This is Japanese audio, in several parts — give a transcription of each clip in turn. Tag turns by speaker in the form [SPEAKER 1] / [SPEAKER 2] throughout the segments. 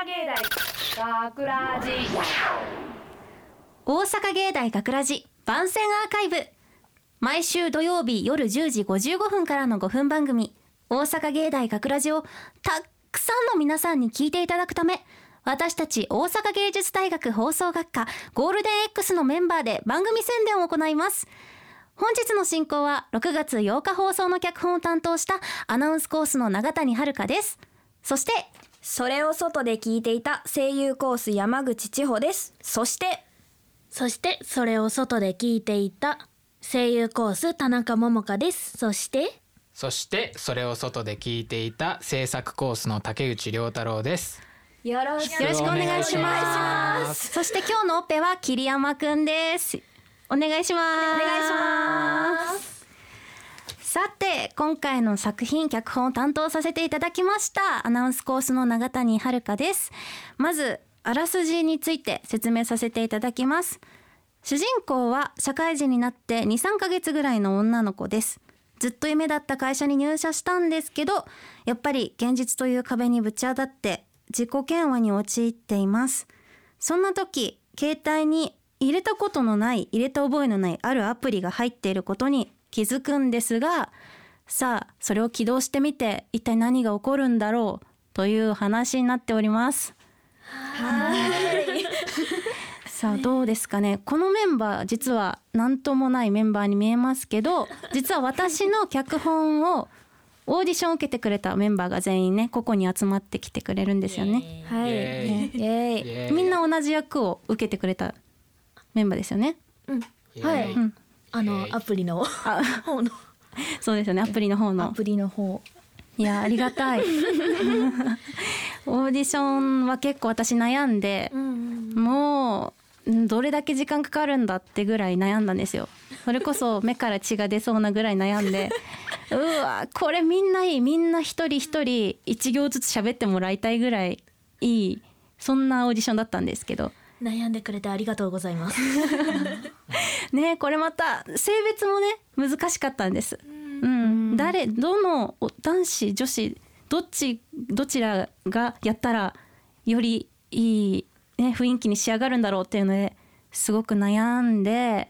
[SPEAKER 1] 芸大学ラジ。
[SPEAKER 2] 大阪芸大学ラジ番宣アーカイブ。毎週土曜日夜10時55分からの5分番組大阪芸大学ラジをたくさんの皆さんに聞いていただくため、私たち大阪芸術大学放送学科ゴールデン X のメンバーで番組宣伝を行います。本日の進行は6月8日放送の脚本を担当したアナウンスコースの永谷遥です。そして
[SPEAKER 3] それを外で聞いていた声優コース山口千穂です。そして
[SPEAKER 4] それを外で聞いていた声優コース田中桃香です。そして
[SPEAKER 5] それを外で聞いていた制作コースの竹内涼太郎です。
[SPEAKER 3] よろしく
[SPEAKER 2] お願いします。そして今日のオペは桐山くんです。お願いします。さて今回の作品脚本を担当させていただきましたアナウンスコースの永谷遥です。まずあらすじについて説明させていただきます。主人公は社会人になって 2,3 ヶ月ぐらいの女の子です。ずっと夢だった会社に入社したんですけど、やっぱり現実という壁にぶち当たって自己嫌悪に陥っています。そんな時携帯に入れた覚えのないあるアプリが入っていることに気づくんですが、さあそれを起動してみて一体何が起こるんだろうという話になっております。さあどうですかね。このメンバー実は何ともないメンバーに見えますけど、実は私の脚本をオーディションを受けてくれたメンバーが全員ねここに集まってきてくれるんですよね。
[SPEAKER 3] はい、
[SPEAKER 2] みんな同じ役を受けてくれたメンバーですよね。
[SPEAKER 3] はい、
[SPEAKER 4] アプリの方の
[SPEAKER 2] そうですよね、アプリの方の。いやありがたいオーディションは結構私悩んで、もうどれだけ時間かかるんだってぐらい悩んだんですよ。それこそ目から血が出そうなぐらい悩んでうわこれみんないい、みんな一人一人一行ずつ喋ってもらいたいぐらいいい、そんなオーディションだったんですけど、
[SPEAKER 4] 悩んでくれてありがとうございます
[SPEAKER 2] ね、これまた性別もね難しかったんです。どの男子女子どちらがやったらよりいい、ね、雰囲気に仕上がるんだろうっていうのですごく悩んで、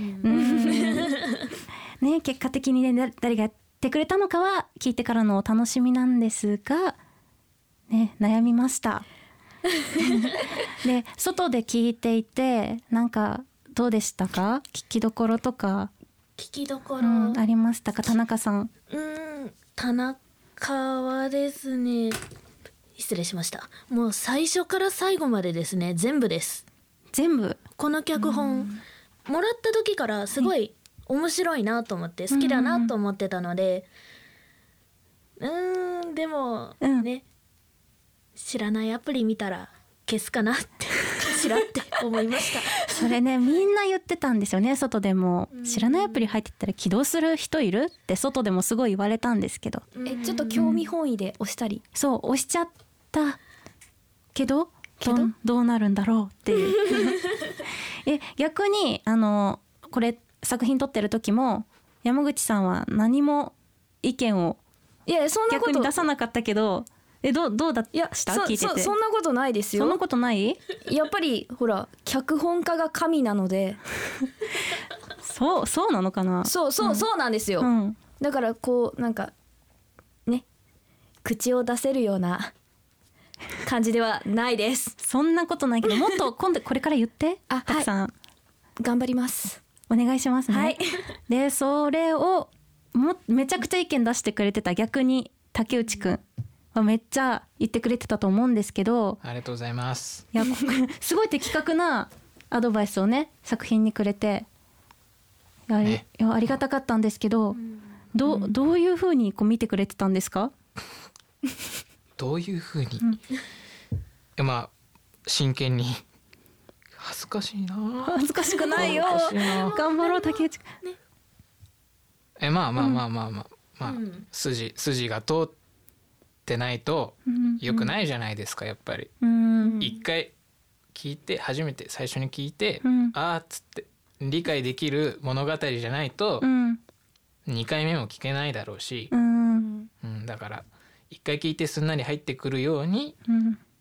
[SPEAKER 2] ね、結果的に、ね、誰がやってくれたのかは聞いてからのお楽しみなんですが、ね、悩みましたで外で聞いていてなんかどうでしたか？聞きどころとかありましたか？田中さん。
[SPEAKER 4] 田中はですね、失礼しました。もう最初から最後までですね、全部です。
[SPEAKER 2] 全部。
[SPEAKER 4] この脚本もらった時からすごい面白いなと思って好きだなと思ってたので、でもね、知らないアプリ見たら消すかなってちらって思いました
[SPEAKER 2] それねみんな言ってたんですよね。外でも知らないアプリ入ってったら起動する人いるって外でもすごい言われたんですけど、
[SPEAKER 3] ちょっと興味本位で押したり、
[SPEAKER 2] そう押しちゃったけどどうなるんだろうっていう逆にこれ作品撮ってる時も山口さんは何も意見を逆に出さなかったけど、どうだした聞いてて。
[SPEAKER 3] そんなことないですよ。
[SPEAKER 2] そんなことない？
[SPEAKER 3] やっぱりほら脚本家が神なので
[SPEAKER 2] そうなのかな。
[SPEAKER 3] そうなんですよ、だからこうなんかね口を出せるような感じではないです
[SPEAKER 2] そんなことないけどもっと今度これから言ってたくさん、
[SPEAKER 3] 頑張ります。
[SPEAKER 2] お願いしますね、でそれをめちゃくちゃ意見出してくれてた逆に竹内くんめっちゃ言ってくれてたと思うんですけど、
[SPEAKER 5] ありがとうございます。
[SPEAKER 2] いやすごい的確なアドバイスをね作品にくれてありがたかったんですけど、どういう風にこう見てくれてたんですか？
[SPEAKER 5] どういう風に、まあ真剣に恥ずかしいな。
[SPEAKER 2] 恥ずかしくないよ頑張ろう竹内くん、
[SPEAKER 5] まあ、筋が通ってないと良くないじゃないですか。やっぱり一回聞いて初めて最初に聞いて、あーっつって理解できる物語じゃないと2回目も聞けないだろうし、だから一回聞いてすんなり入ってくるように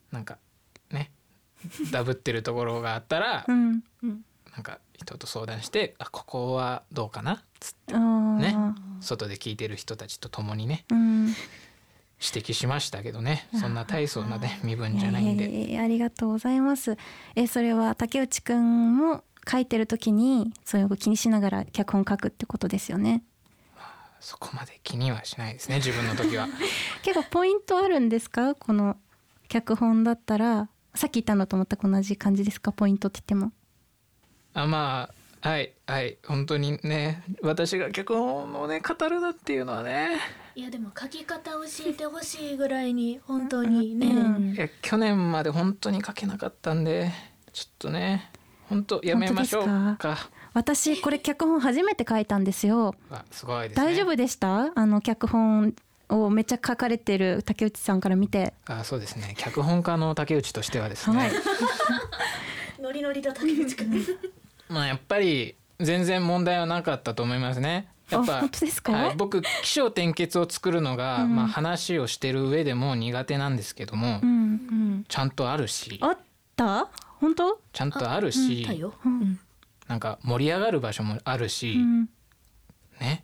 [SPEAKER 5] なんかねダブってるところがあったら、
[SPEAKER 2] うん
[SPEAKER 5] なんか人と相談してここはどうかなっつって
[SPEAKER 2] ね、
[SPEAKER 5] 外で聞いてる人たちと共にね、
[SPEAKER 2] 指
[SPEAKER 5] 摘しましたけどね、そんな大層なね身分じゃないんで。
[SPEAKER 2] ありがとうございます。それは竹内くんも書いてる時にそういうのを気にしながら脚本書くってことですよね。
[SPEAKER 5] そこまで気にはしないですね自分の時は。
[SPEAKER 2] 結構ポイントあるんですか？この脚本だったらさっき言ったのと全く同じ感じですか？ポイントって言っても。
[SPEAKER 5] まあはい本当にね私が脚本をね語るなっていうのはね、
[SPEAKER 4] いやでも書き方教えてほしいぐらいに本当にね、
[SPEAKER 5] いや去年まで本当に書けなかったんでちょっとね本当やめましょうか。
[SPEAKER 2] 私これ脚本初めて書いたんですよ。
[SPEAKER 5] すごいですね。
[SPEAKER 2] 大丈夫でした？脚本をめっちゃ書かれてる竹内さんから見て。
[SPEAKER 5] そうですね、脚本家の竹内としてはですね、
[SPEAKER 2] はい、
[SPEAKER 4] ノリノリだ竹内くん
[SPEAKER 5] やっぱり全然問題はなかったと思いますね。やっぱ
[SPEAKER 2] 本当ですか？
[SPEAKER 5] 僕起承転結を作るのが、話をしてる上でも苦手なんですけども、ちゃんとあるし、
[SPEAKER 2] あった本当
[SPEAKER 5] ちゃんとあるし、なんか盛り上がる場所もあるし、ね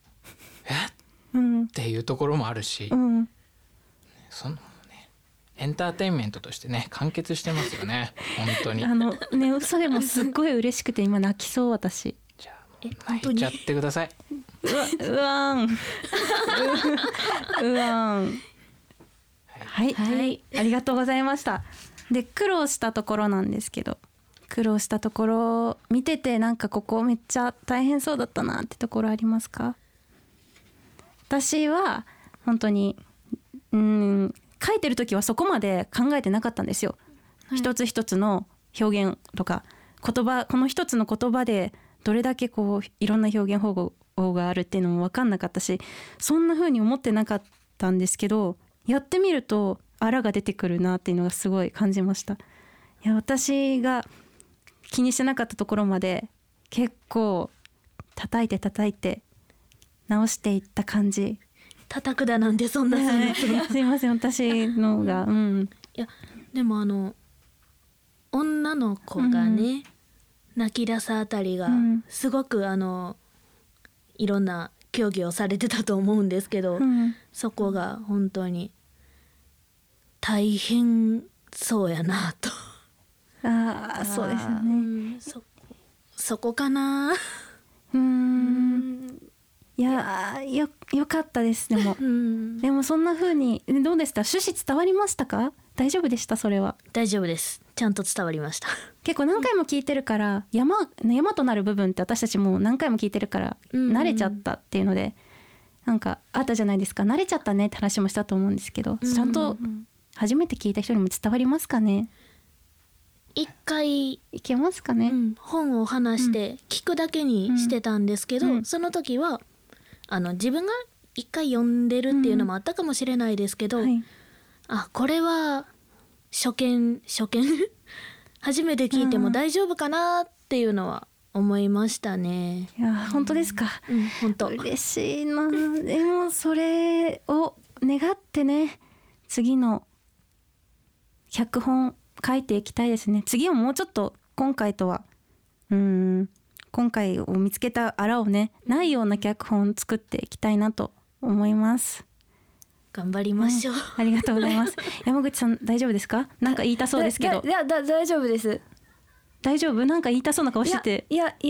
[SPEAKER 5] っていうところもあるし、そのエンターテインメントとしてね完結してますよね本当に。
[SPEAKER 2] それもすっごい嬉しくて今泣きそう私。
[SPEAKER 5] じゃあ泣いちゃってください。
[SPEAKER 2] うわんはい、ありがとうございました。で苦労したところなんですけど、苦労したところ見ててなんかここめっちゃ大変そうだったなってところありますか？私は本当に書いてる時はそこまで考えてなかったんですよ、一つ一つの表現とか言葉、この一つの言葉でどれだけこういろんな表現方法があるっていうのも分かんなかったし、そんな風に思ってなかったんですけど、やってみるとあらが出てくるなっていうのがすごい感じました。いや私が気にしてなかったところまで結構叩いて直していった感じ。
[SPEAKER 4] 叩くだなんてそんな
[SPEAKER 2] すいません私のが
[SPEAKER 4] いやでも女の子がね、泣き出すあたりがすごくいろんな競技をされてたと思うんですけど、そこが本当に大変そうやなと。
[SPEAKER 2] そうですよね。
[SPEAKER 4] そこかな。
[SPEAKER 2] いやよかったです。でもそんな風にどうでした？趣旨伝わりましたか？大丈夫でした？それは
[SPEAKER 4] 大丈夫です。ちゃんと伝わりました。
[SPEAKER 2] 結構何回も聞いてるから山となる部分って私たちも何回も聞いてるから慣れちゃったっていうので、なんかあったじゃないですか。慣れちゃったねって話もしたと思うんですけど、ちゃんと初めて聞いた人にも伝わりますかね？
[SPEAKER 4] 一回
[SPEAKER 2] いけますかね？
[SPEAKER 4] 本を話して聞くだけにしてたんですけど、その時は自分が一回読んでるっていうのもあったかもしれないですけど、これは初見初めて聞いても大丈夫かなっていうのは思いましたね。
[SPEAKER 2] いや本当ですか？
[SPEAKER 4] 本当
[SPEAKER 2] 嬉しいな。でもそれを願ってね、次の脚本書いていきたいですね。次はもうちょっと今回とは今回を見つけたあらをねないような脚本作っていきたいなと思います。
[SPEAKER 4] 頑張りましょう、
[SPEAKER 2] ありがとうございます。山口さん大丈夫ですか？なんか言いたそうですけど。
[SPEAKER 3] 大丈夫です。
[SPEAKER 2] 大丈夫？なんか言いたそうな顔してて。
[SPEAKER 3] いや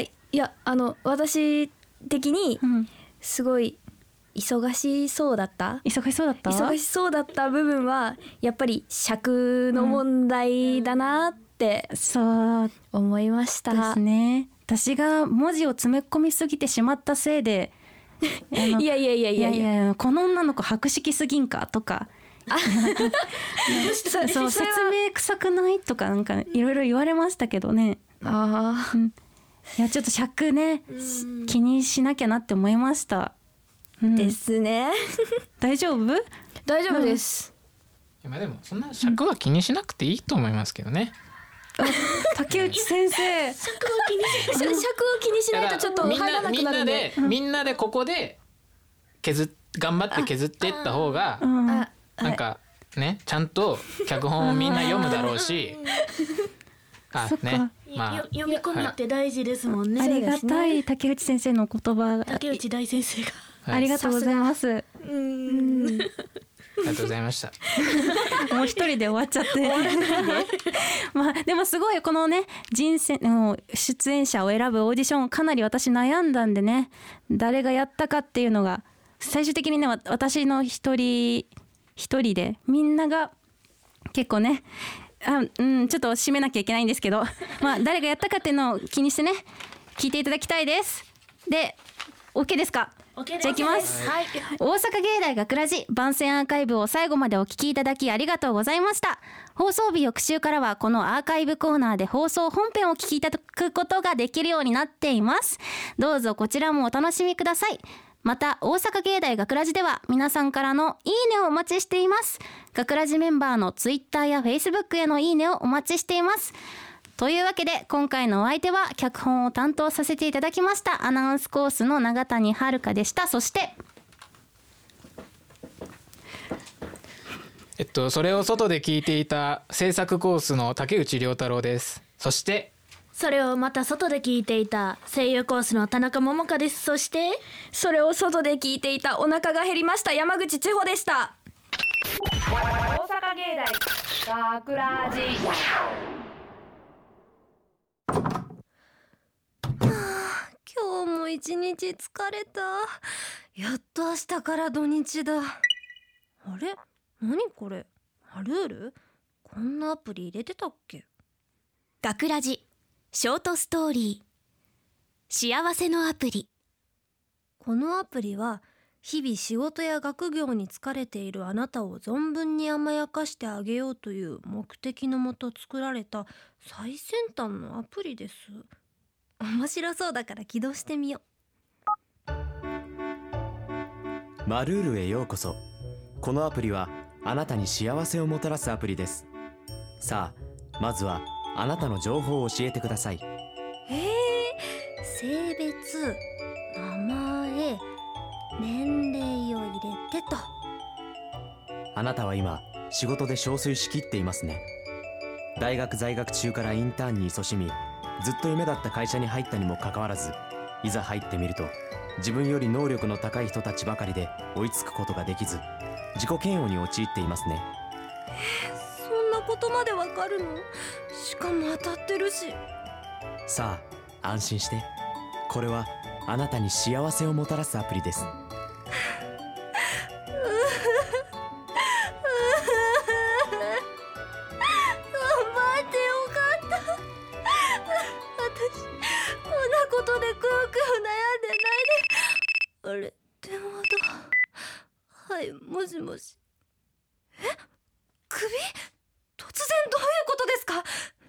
[SPEAKER 3] 私的にすごい忙しそうだった部分はやっぱり尺の問題だなって
[SPEAKER 2] そう
[SPEAKER 3] 思いました
[SPEAKER 2] ですね。私が文字を詰め込みすぎてしまったせいで
[SPEAKER 3] いや
[SPEAKER 2] この女の子博識すぎんかとかそう説明臭くないとかなんかいろいろ言われましたけどね。いやちょっと尺ね気にしなきゃなって思いました、
[SPEAKER 3] ですね。
[SPEAKER 2] 大丈夫？
[SPEAKER 3] 大丈夫です、
[SPEAKER 5] でもそんな尺は気にしなくていいと思いますけどね。
[SPEAKER 2] 竹内先生
[SPEAKER 3] 尺を気にしないとちょっと入らなくなるんで、
[SPEAKER 5] みんなでここで頑張って削っていった方がなんかねちゃんと脚本をみんな読むだろうしね
[SPEAKER 4] 読み込むって大事ですもんね。
[SPEAKER 2] ありがたい竹内先生の言葉。
[SPEAKER 4] 竹内大先生が、
[SPEAKER 2] ありがとうございます。
[SPEAKER 5] ありがとうございました。
[SPEAKER 2] もう一人で終わっちゃってでもすごいこのね人生の出演者を選ぶオーディションかなり私悩んだんでね、誰がやったかっていうのが最終的にね私の一人でみんなが結構ねちょっと締めなきゃいけないんですけど誰がやったかっていうのを気にしてね聞いていただきたいです。で OK ですか。じゃあいきます、はい、大阪芸大学ラジ番宣アーカイブを最後までお聞きいただきありがとうございました。放送日翌週からはこのアーカイブコーナーで放送本編をお聞きいただくことができるようになっています。どうぞこちらもお楽しみください。また大阪芸大学ラジでは皆さんからのいいねをお待ちしています。学ラジメンバーのツイッターやフェイスブックへのいいねをお待ちしています。というわけで今回のお相手は脚本を担当させていただきましたアナウンスコースの永谷遥でした。そして
[SPEAKER 5] それを外で聞いていた制作コースの竹内涼太郎です。そして
[SPEAKER 4] それをまた外で聞いていた声優コースの田中桃香です。そして
[SPEAKER 3] それを外で聞いていたお腹が減りました山口千穂でした。
[SPEAKER 1] 大阪芸大学ラジ。
[SPEAKER 6] 今日も一日疲れた。やっと明日から土日だ。あれ、何これ、ハルール？こんなアプリ入れてたっけ？
[SPEAKER 7] 学ラジショートストーリー幸せのアプリ。
[SPEAKER 6] このアプリは日々仕事や学業に疲れているあなたを存分に甘やかしてあげようという目的のもと作られた最先端のアプリです。面白そうだから起動してみよう。
[SPEAKER 8] マルールへようこそ。このアプリはあなたに幸せをもたらすアプリです。さあまずはあなたの情報を教えてください。
[SPEAKER 6] 性別、名前、年齢を入れてと。
[SPEAKER 8] あなたは今仕事で憔悴しきっていますね。大学在学中からインターンに勤しみ、ずっと夢だった会社に入ったにもかかわらず、いざ入ってみると自分より能力の高い人たちばかりで追いつくことができず、自己嫌悪に陥っていますね。
[SPEAKER 6] そんなことまでわかるの？しかも当たってるし。
[SPEAKER 8] さあ安心して、これはあなたに幸せをもたらすアプリです。
[SPEAKER 6] あれ、電話だ。はい、もしもし。首？突然どういうことですか？ちょっ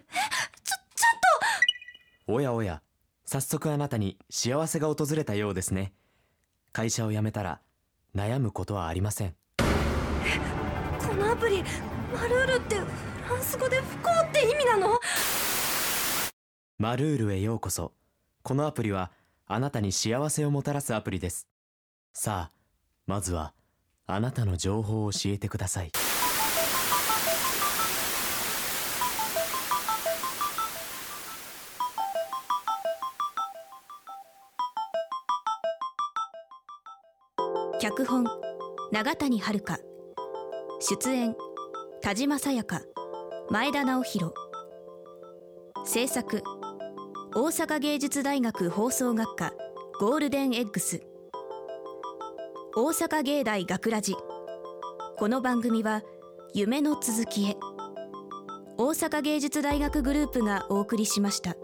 [SPEAKER 8] と。おやおや、早速あなたに幸せが訪れたようですね。会社を辞めたら悩むことはありません。
[SPEAKER 6] このアプリ、マルールってフランス語で不幸って意味なの？
[SPEAKER 8] マルールへようこそ。このアプリはあなたに幸せをもたらすアプリです。さあまずはあなたの情報を教えてください。
[SPEAKER 7] 脚本永谷遥、出演田島さやか、前田直弘、制作大阪芸術大学放送学科ゴールデンエッグス、大阪芸大学ラジ。この番組は夢の続きへ、大阪芸術大学グループがお送りしました。